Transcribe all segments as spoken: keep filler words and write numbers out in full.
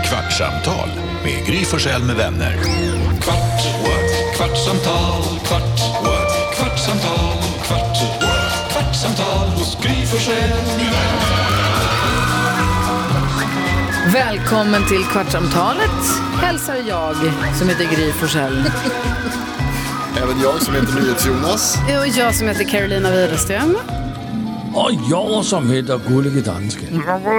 Kvartsamtal med Gry Forssell med vänner. Kvart, what? Kvartsamtal, kvart, what? Kvartsamtal, kvart, what? Kvartsamtal hos Gry Forssell med vänner. Välkommen till Kvartsamtalet. Hälsar jag som heter Gry Forssell. Även jag som heter NyhetsJonas. Och jag som heter Carolina Widerström. Och jag som heter Gullige Dansken.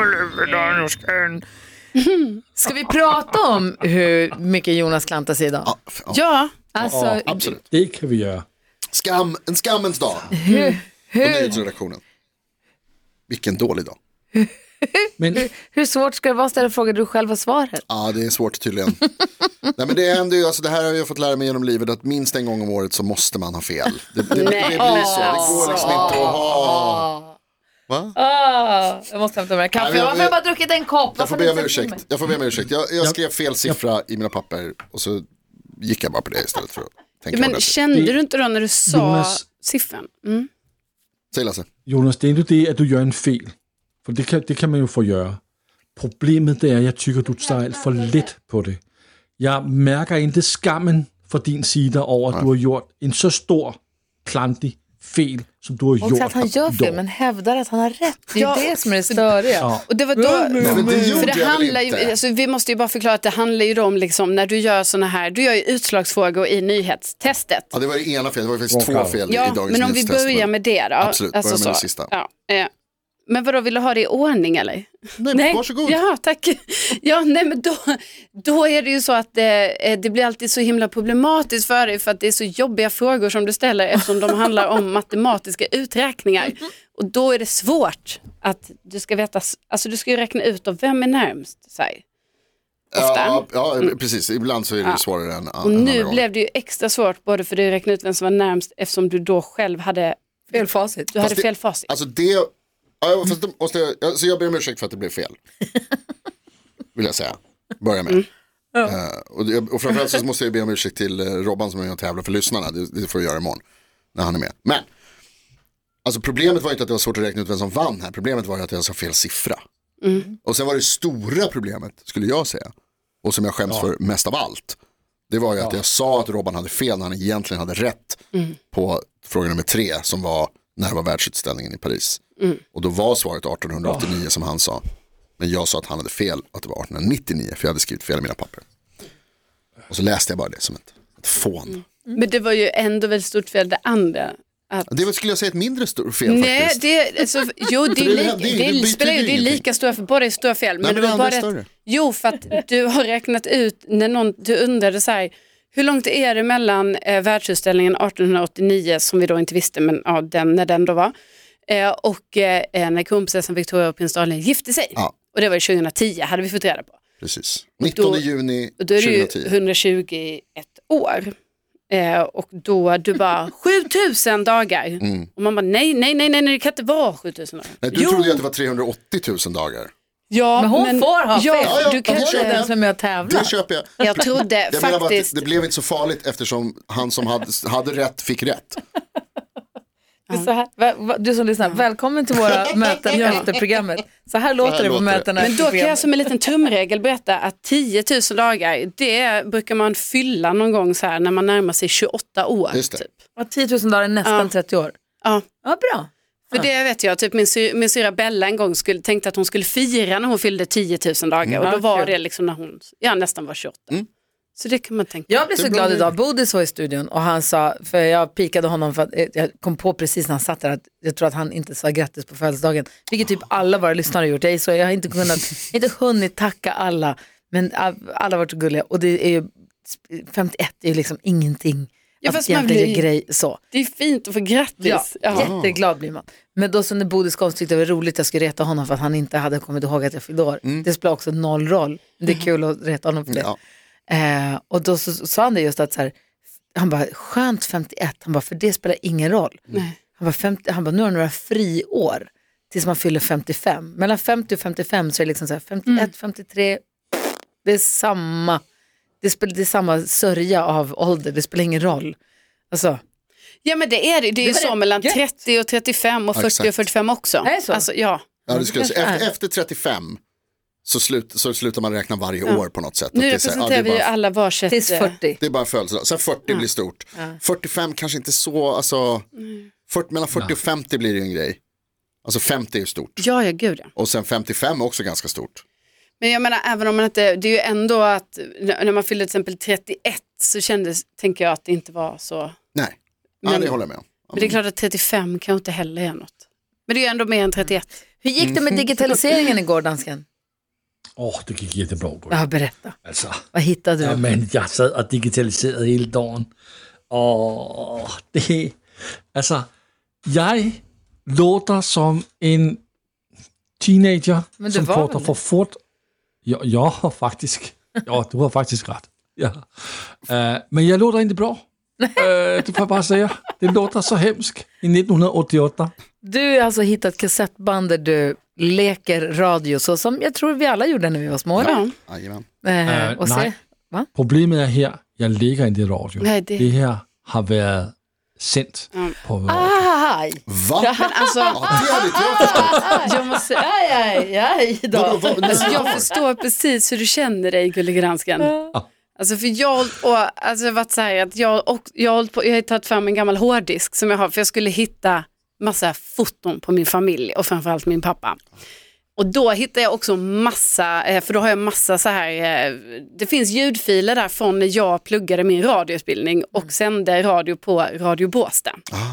Ska vi prata om hur mycket Jonas klantar sig idag? Ja, ja. Ja, Alltså, Ja, absolut. Det kan vi göra. Skam, en skammens dag hur, på hur, nyhetsredaktionen. Vilken dålig dag. Men hur, hur svårt ska det vara att ställa frågor du själv har svaret? Ja, det är svårt tydligen. Nej, men det händer ju, alltså det här har jag fått lära mig genom livet, att minst en gång om året så måste man ha fel. Det, det, det, det blir så, det går liksom inte att ha. Va? Ah, jag måste hämta mig kaffe. Nej, jag- Varför har jag bara druckit en kopp? Jag får be om ursäkt. Jag får be om ursäkt. Jag, jag skrev fel siffra i mina papper och så gick jag bara på det istället för att tänka men ordentligt. kände du inte då när du sa Jonas- siffran? Mm. Säg Lasse. Jonas, det är inte det att du gör en fel. För det kan, det kan man ju få göra. Problemet är att jag tycker du tar allt för lätt på det. Jag märker inte skammen för din sida över att du har gjort en så stor, klantig fel som du har Och gjort. att han gör fel, idag. men hävdar att han har rätt. Det är Ja, det som är det störiga. Ja. Och det var då, Nej, men det gjorde för det jag väl handlar ju, inte. alltså, vi måste ju bara förklara att det handlar ju om liksom, när du gör såna här, du gör ju utslagsfrågor i nyhetstestet. Ja, det var det ena fel. Det var faktiskt två fel i Ja, dagens men om vi nyhetstest, börjar men- med det då. Absolut, börja med så. det sista. Ja, eh. Men vadå, vill du ha det i ordning eller? Nej, varsågod. Ja, tack. Ja, nej men då, då är det ju så att eh, det blir alltid så himla problematiskt för dig för att det är så jobbiga frågor som du ställer eftersom de handlar om matematiska uträkningar. Och då är det svårt att du ska veta, alltså du ska ju räkna ut av vem är närmst sig. Ofta. Ja, ja, precis. Ibland så är det ju svårare än Och än nu andra gånger. blev det ju extra svårt både för dig att räkna ut vem som var närmst eftersom du då själv hade Fel facit. du hade Fast det- fel facit. Alltså det... Ja, fast då måste jag, alltså jag ber om ursäkt för att det blev fel. Vill jag säga. Börja med. Mm. Eh, och, det- och framförallt så måste jag be om ursäkt till eh, Robban som är med och tävlar för lyssnarna. Det, det får jag göra imorgon. När han är med. Men. Alltså problemet var inte att det var svårt att räkna ut vem som vann här. Problemet var ju att jag sa fel siffra. Mm. Och sen var det stora problemet, skulle jag säga. Och som jag skäms för mest av allt. Det var ju att jag sa att Robban hade fel när han egentligen hade rätt. Mm. På fråga nummer tre som var när det var världsutställningen i Paris. Mm. Och då var svaret arton åttionio som han sa. Men jag sa att han hade fel, att det var arton nittionio, för jag hade skrivit fel i mina papper. Och så läste jag bara det som ett, ett fån. Men det var ju ändå väldigt stort fel det andra. Att... Det var, skulle jag säga, ett mindre stort fel Nej, faktiskt. det, alltså, jo, det, För är det- lika, det- det, det det, spelar ju, betyder det är ingenting. lika stora, för båda är stora fel. Men, Nej, men det det var andra bara är att, större. jo, för att du har räknat ut när någon, du undrade så här, hur långt är det mellan eh, världsutställningen arton åttionio som vi då inte visste, men ja, den, när den då var, eh, och eh, när kronprinsessan Victoria och prins Daniel gifte sig. Ja. Och det var tjugohundratio, hade vi fått reda på. Precis. nittonde juni Och då är det ju tjugohundratio. hundratjugoett år. Eh, och då du bara sjutusen dagar. Mm. Och man bara nej, nej, nej, nej, det kan inte vara sjutusen dagar. Nej, du trodde ju att det var trehundraåttio tusen dagar. Ja, Men hon får ha fel. Ja, Ja, du kan det Hon köper är inte. den som jag Det tävlar. köper jag. Jag trodde Jag menar bara att faktiskt. det, det blev inte så farligt eftersom han som hade, hade rätt fick rätt. Det är så här, va- va- du som lyssnar, välkommen till våra möten efter programmet. Så här låter det på låter det. mötena Men efter då kan jag programmet. som en liten tumregel berätta att tio tusen dagar, det brukar man fylla någon gång så här när man närmar sig tjugoåtta år. Just det. Typ. Ja, tio tusen dagar är nästan Ja. trettio år. Ja. Ja, bra. För det vet jag, typ min, sy- min syra Bella en gång skulle, tänkte att hon skulle fira när hon fyllde tio tusen dagar. Och då Ja, var kul. det liksom när hon ja, nästan var tjugoåtta. Mm. Så det kan man tänka. Jag blev så Det glad blir- idag. Bodis var i studion och han sa, för jag pikade honom för att eh, jag kom på precis när han satt där att jag tror att han inte sa grattis på födelsedagen. Vilket typ alla våra lyssnare har gjort. Jag, är så, jag har inte kunnat, inte hunnit tacka alla. Men alla har varit så gulliga. Och det är ju, femtioett är ju liksom ingenting. Ja, att fast man egentligen blir- ge grej så. Det är fint att få grattis. Ja, Ja. jätteglad blir man. Men då så när Bodis kom så tyckte jag det var roligt att jag skulle reta honom för att han inte hade kommit ihåg att jag fyllde år. Det spelar också noll roll. Det är kul att reta honom för det. Ja. Eh, och då så, så sa han det just att så här, han bara, skönt femtioett, han bara, för det spelar ingen roll. Nej. Han bara, femtio, han bara, nu har han några friår tills man fyller femtiofem. Mellan femtio och femtiofem så är det liksom så här, femtioett, femtiotre, det är samma, det, spel, det är samma sörja av ålder, det spelar ingen roll. Alltså, Ja, men det är det. Det är ju var så det. mellan Gött. trettio och trettiofem och Ja, fyrtio exakt. och fyrtiofem också. Är det så? Alltså, ja. Ja, det skulle jag säga. kanske Efter, är. efter trettiofem så, slut, så slutar man räkna varje Ja. år på något sätt. Nu att det är så här, representerar ja, det är vi ju bara, alla varsitt. Tills fyrtio. det är bara födelsedag. Sen fyrtio blir stort. fyrtiofem kanske inte så, alltså fyrtio, mellan fyrtio och femtio blir det ju en grej. Alltså femtio är ju stort. Ja, ja, gud ja. Och sen femtiofem är också ganska stort. Men jag menar, även om man inte, det är ju ändå att när man fyllde till exempel trettioett så kändes, tänker jag att det inte var så. Nej, Men- ja, det håller jag med om. Men det är klart att trettiofem kanske inte heller är något. Men det är ju ändå mer än trettioett. Hur gick det med digitaliseringen igår, dansken? Åh, oh, det gick jättebra. Gud. Ja, berätta. Altså, Vad hittade du? ja, men jeg sad og digitaliserede hele dagen. Og det, altså, jeg låter som en teenager, Men du som var pratar väl för fort. Ja, ja, faktisk. Ja, du har faktisk ret. Ja. Uh, men jeg låter inte bra. Uh, det får jag bara säga. Det låter så hemskt i nittonhundraåttioåtta. Du har alltså hittat kassettband där du leker radio så som jag tror vi alla gjorde när vi var små. Ja. Jajamän. Eh, Eh, och se, nej. va? Problemet är här, jag lägger inte radio. Nej, det- det här har varit sänt på radio. Aj! Va? Men alltså, Ja, det hade inte jag förstått. Jag måste säga, aj, aj, aj då. Vadå, vad- alltså jag förstår precis hur du känner dig, Gullige Dansken. Alltså för jag och alltså varit så här att jag och jag har hållit på, jag har tagit fram en gammal hårddisk som jag har för jag skulle hitta massa foton på min familj och framförallt min pappa. Och då hittar jag också massa, eh, för då har jag massa så här, eh, det finns ljudfiler där från när jag pluggade min radioutbildning och sände radio på Radio Båstad.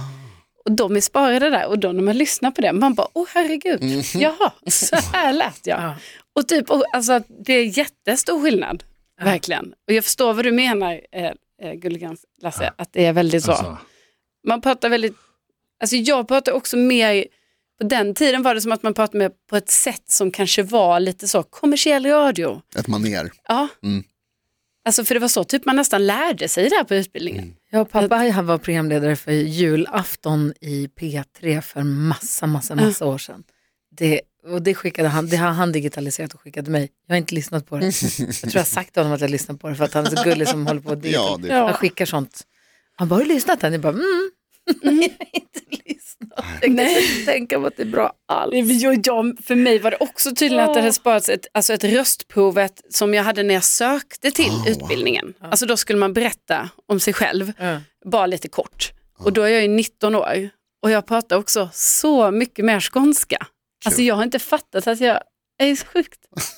Och de är sparade där och då när man lyssnar på det, man bara, åh herregud, jaha, så här lät jag. Ja. Och typ, och, alltså det är jättestor skillnad, verkligen. Och jag förstår vad du menar, eh, eh, Gulligan Lasse, att det är väldigt så. Altså, Man pratar väldigt, alltså jag pratar också mer, på den tiden var det som att man pratade med på ett sätt som kanske var lite så kommersiell radio. Ett maner. Ja. Mm. Alltså för det var så typ man nästan lärde sig där på utbildningen. Jag och pappa han var programledare för julafton i P tre för massa, massa, massa år sedan. Det, och det skickade han, det har han digitaliserat och skickade mig. Jag har inte lyssnat på det. Jag tror jag har sagt till honom att jag lyssnat på det för att han är så gullig som håller på att Ja, det- Han skickar sånt. Han bara, har du lyssnat? Jag bara, mm. Jag har inte lyssnat. Jag kan inte tänka mig att det är bra alls. Jag, jag, för mig var det också tydligt att det hade sparats ett, alltså ett röstprovet som jag hade när jag sökte till Oh, utbildningen. Alltså då skulle man berätta om sig själv, Ja. bara lite kort. Och då är jag ju nitton år och jag pratar också så mycket mer skånska. Alltså jag har inte fattat att jag är så sjukt.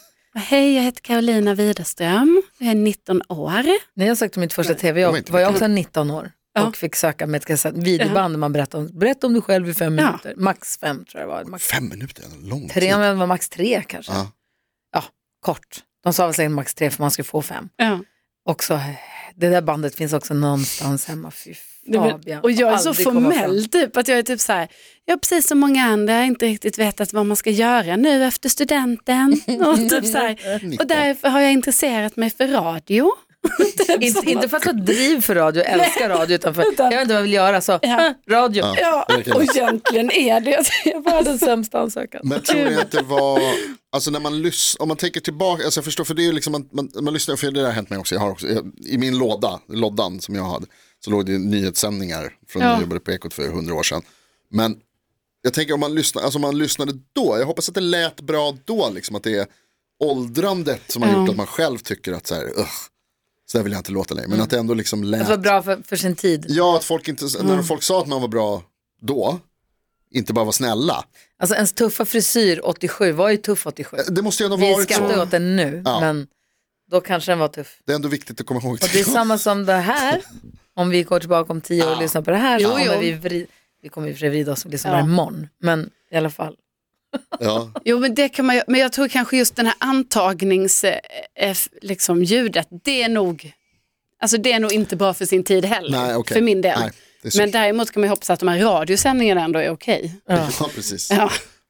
Hej, jag heter Carolina Widerström, jag är nitton år. När jag sökte mitt första det var tv-jobb inte var jag mycket. också nitton år. Ja. Och fick söka med ett kassett, videoband där man berättade om, berätta om dig själv i fem Ja. minuter. Max fem tror jag det var. Max Fem minuter, en lång tre, tid. men det var max tre kanske. Ja. Ja, kort. De sa väl säkert max tre för man skulle få fem. Ja. Också, det där bandet finns också någonstans hemma. Fy Det var- Fabian. och jag är så Aldrig komma formell typ att jag är typ så här, jag precis som många andra har inte riktigt vetat vad man ska göra nu efter studenten och typ så här, och därför har jag intresserat mig för radio. fram. Inte, inte för att jag driv för radio, älskar radio, utan för jag vet inte vad jag vill göra. Så, Ja. äh, radio. Ja. Ja, det kan och jag- egentligen är det jag var Världens sämsta ansökan. Men tror ni att det var, alltså när man lyssnar, om man tänker tillbaka, alltså jag förstår, för det är ju liksom, man, man, man lyssnar, för det där har hänt mig också, jag har också, jag, i min låda, lådan som jag hade, så låg det nyhetssändningar från Ja. när jag jobbade på Ekot för hundra år sedan. Men jag tänker om man lyssnar, alltså om man lyssnade då, jag hoppas att det lät bra då, liksom att det är åldrandet som har Ja. gjort att man själv tycker att så här, ugh, så här vill jag inte låta längre, men att det ändå liksom lät. Det var bra för, för sin tid. Ja, att folk inte, när folk sa att man var bra då, inte bara var snälla. Alltså ens tuffa frisyr åttiosju var ju tuff åttiosju. Det måste ju ändå Vi varit skrattar så. åt den nu, Ja. men då kanske den var tuff. Det är ändå viktigt att komma ihåg. Och det är samma som det här. Om vi går tillbaka om tio år och lyssnar på det här så Jo, kommer jo. vi vrida, vi kommer i och för sig vrida oss och lyssna Ja. på det imorgon. Men i alla fall. Ja. Jo men det kan man ju, men jag tror kanske just den här antagnings eh, f- liksom ljudet, det är nog, alltså det är nog inte bra för sin tid heller, Nej, okej. för min del. Nej, det är synd. Men däremot kan man ju hoppas att de här radiosändningarna ändå är okej. Ja. Ja, precis. Ja.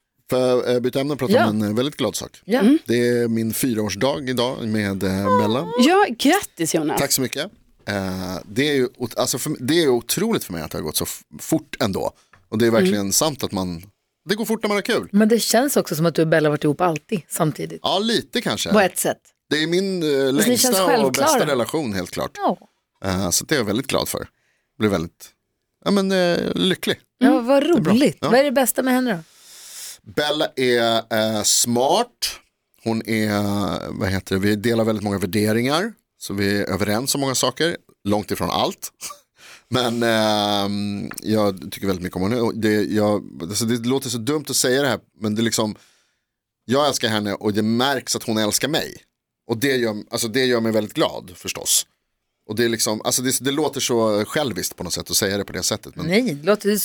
För äh, byta ämne och prata Ja. om en eh, väldigt glad sak. Ja. Det är min fyraårsdag idag med äh, Bella. ja, grattis Jonas. Tack så mycket. Eh, det, är ju, ot- alltså för, det är ju otroligt för mig att det har gått så f- fort ändå. Och det är verkligen Mm. sant att man, det går fort när man har kul. Men det känns också som att du och Bella har varit ihop alltid samtidigt. Ja, lite kanske. På ett sätt. Det är min äh, ni känns längsta och självklara. bästa relation helt klart. Ja, Eh, så det är jag väldigt glad för. Blir väldigt ja, men, eh, lycklig. ja vad roligt. Ja. Vad är det bästa med henne då? Bella är eh, smart. Hon är, vad heter det, vi delar väldigt många värderingar. Så vi är överens om många saker. Långt ifrån allt. Men eh, jag tycker väldigt mycket om henne. Det, jag, alltså det låter så dumt att säga det här. Men det är liksom, jag älskar henne och det märks att hon älskar mig. Och det gör, alltså det gör mig väldigt glad förstås. Och det är liksom, alltså det, det låter så själviskt på något sätt att säga det på det sättet. Men... Nej, det låter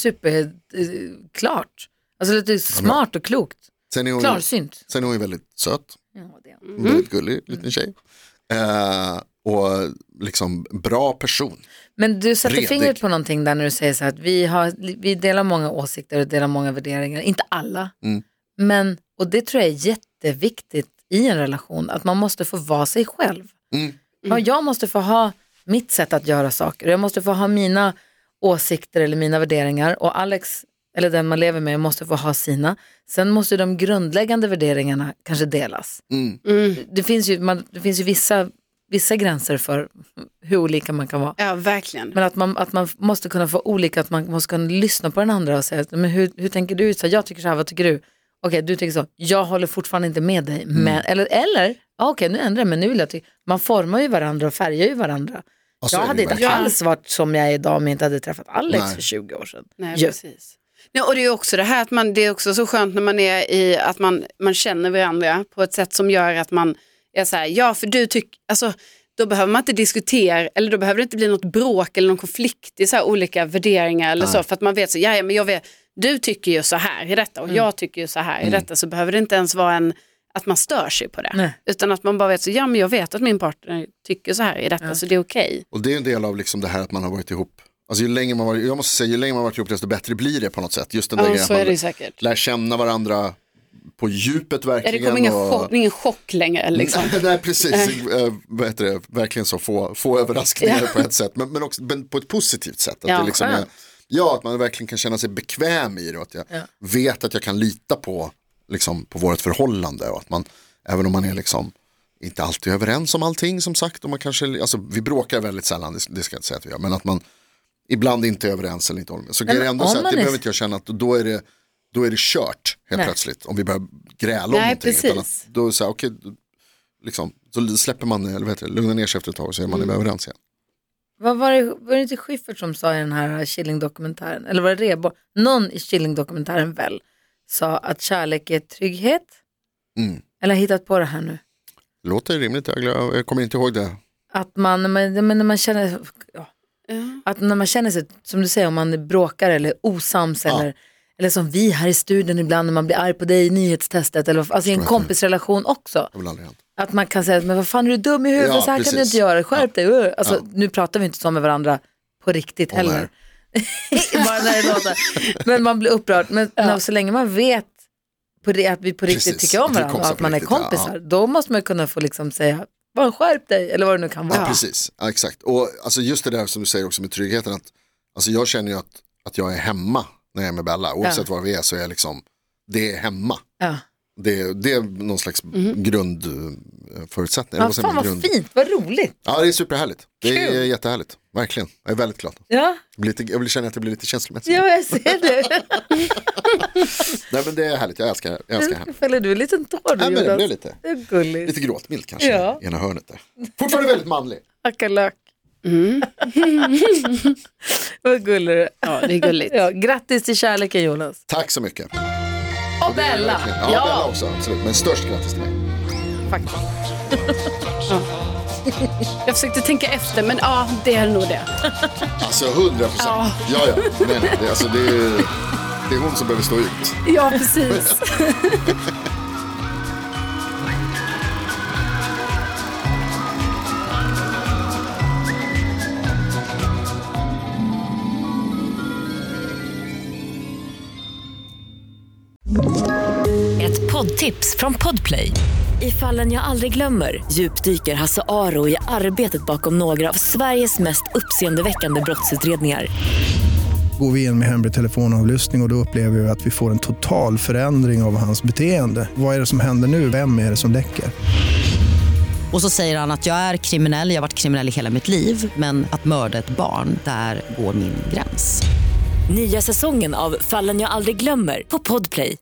superklart. Alltså det låter smart och klokt. Sen är hon, Klarsynt. Sen är hon väldigt söt. Ja, det är hon. Mm. Väldigt gullig liten tjej. Eh, och liksom bra person. Men du sätter Redig. fingret på någonting där när du säger så här att vi, har, vi delar många åsikter och delar många värderingar. Inte alla. Mm. Men, och det tror jag är jätteviktigt i en relation. Att man måste få vara sig själv. Mm. Mm. Jag måste få ha mitt sätt att göra saker. Jag måste få ha mina åsikter eller mina värderingar. Och Alex, eller den man lever med, måste få ha sina. Sen måste de grundläggande värderingarna kanske delas. Mm. Mm. Det finns ju, man, det finns ju vissa, vissa gränser för hur olika man kan vara. Ja, verkligen. Men att man, att man måste kunna få olika, att man måste kunna lyssna på den andra och säga, men hur, hur tänker du? Så jag tycker så här, vad tycker du? Okej, du tycker så. Jag håller fortfarande inte med dig. Mm. Men, eller, eller ja, okej, nu ändrar jag, men nu vill jag tycka. Man formar ju varandra och färgar ju varandra. Ja, så är Jag det hade inte verkligen. alls varit som jag är idag om jag inte hade träffat Alex Nej. för tjugo år sedan. Nej, Ja. precis. Ja, och det är också det här att man, det är också så skönt när man är i att man, man känner varandra på ett sätt som gör att man är så här, ja för du tycker, alltså då behöver man inte diskutera eller då behöver det inte bli något bråk eller någon konflikt i så här olika värderingar eller Nej. så, för att man vet så, ja, ja men jag vet, du tycker ju så här i detta och Mm. jag tycker ju så här i Mm. detta, så behöver det inte ens vara en, att man stör sig på det. Nej. Utan att man bara vet så, ja men jag vet att min partner tycker så här i detta, Ja. så det är okej. Och det är en del av liksom det här att man har varit ihop. Alltså ju längre man varit, jag måste säga, ju längre man varit ihop desto bättre blir det på något sätt. Just den där Ja, grejen så att är det man ju säkert. lär känna varandra på djupet Ja, verkligen. det kommer ingen, och... chock, ingen chock längre liksom. Nej, precis. Eh, vad heter det? Verkligen så få, få överraskningar Ja. på ett sätt. Men, men också men på ett positivt sätt. Att Ja, det liksom är, skönt. ja, att man verkligen kan känna sig bekväm i det. Och att jag Ja. vet att jag kan lita på, liksom, på vårt förhållande. Och att man, även om man är liksom inte alltid överens om allting som sagt. Och man kanske, alltså, vi bråkar väldigt sällan, det, det ska jag inte säga att vi gör. Men att man ibland inte är överens eller inte håller med. Så Nej, är det men ändå om så att man det är- behöver inte jag känna att då är det, då är det kört helt Nej. plötsligt. Om vi börjar gräla om Nej, någonting. Utan precis. att, då är det så här, okej, då- liksom, så släpper man, eller vad heter det, lugnar ner sig efter ett tag och så är man Mm. överens igen. Vad var det, var det inte Schyffert som sa i den här Killing-dokumentären? Eller var det Rebo? Någon i Killing-dokumentären väl sa att kärlek är trygghet? Mm. Eller har jag hittat på det här nu? Låter rimligt, jag, glöm, jag kommer inte ihåg det. Att man, när man, men när man känner, ja, Ja. att när man känner sig, som du säger, om man bråkar eller osams Ja. eller, eller som vi här i studion ibland när man blir arg på dig i nyhetstestet eller alltså i en Förstår jag. kompisrelation också. Det har väl aldrig hänt. Att man kan säga, men vad fan är du dum i huvudet, Ja, så här kan du precis. inte göra, skärp dig. Uh. Alltså, Ja. nu pratar vi inte så med varandra på riktigt Åh, heller. Bara när det låter. Men man blir upprörd. Men när, så länge man vet på det, att vi på riktigt Precis, tycker om att vi är varandra och kompisar att på man är riktigt, ja, kompisar, då måste man kunna få liksom säga, bara skärp dig, eller vad det nu kan vara. Ja, precis. Ja, exakt. Och alltså, just det där som du säger också med tryggheten. Att, alltså, jag känner ju att, att jag är hemma när jag är med Bella. Oavsett Ja. var vi är så är jag liksom, det är hemma. Ja. Det, det är någon slags grundförutsättning. Ja, fan vad fint, vad roligt. Ja, det är superhärligt. Det är Kul. jättehärligt. Verkligen. Jag är väldigt glad. Ja, Jag, blir lite, jag vill känna att jag blir lite känslomässig. ja jag ser det. Nej, men det är härligt. Jag älskar, jag älskar henne. Fäller du en liten tår du, Ja, men det Jonas? blev lite, Det är gulligt. lite gråtmild kanske Ja. i ena hörnet där. Fortfarande väldigt manlig. Ackalök. Mm. Vad gullig du är. Ja, det är gulligt. Ja, grattis till kärleken, Jonas. Tack så mycket. Och Bella. Verkligen. Ja, Bella också, absolut. Men störst grattis till mig. Faktiskt. Jag försökte tänka efter, men ja, det är nog det. Alltså hundra procent. Ja. Ja, ja. Nej, nej. Det, alltså, det, är, det är hon som behöver stå ut. Ja, precis. Ett poddtips från Podplay. I Fallen jag aldrig glömmer djupdyker Hasse Aro i arbetet bakom några av Sveriges mest uppseendeväckande brottsutredningar. Går vi in med hemlig telefonavlyssning och, och då upplever vi att vi får en total förändring av hans beteende. Vad är det som händer nu? Vem är det som läcker? Och så säger han att jag är kriminell, jag har varit kriminell i hela mitt liv. Men att mörda ett barn, där går min gräns. Nya säsongen av Fallen jag aldrig glömmer på Podplay.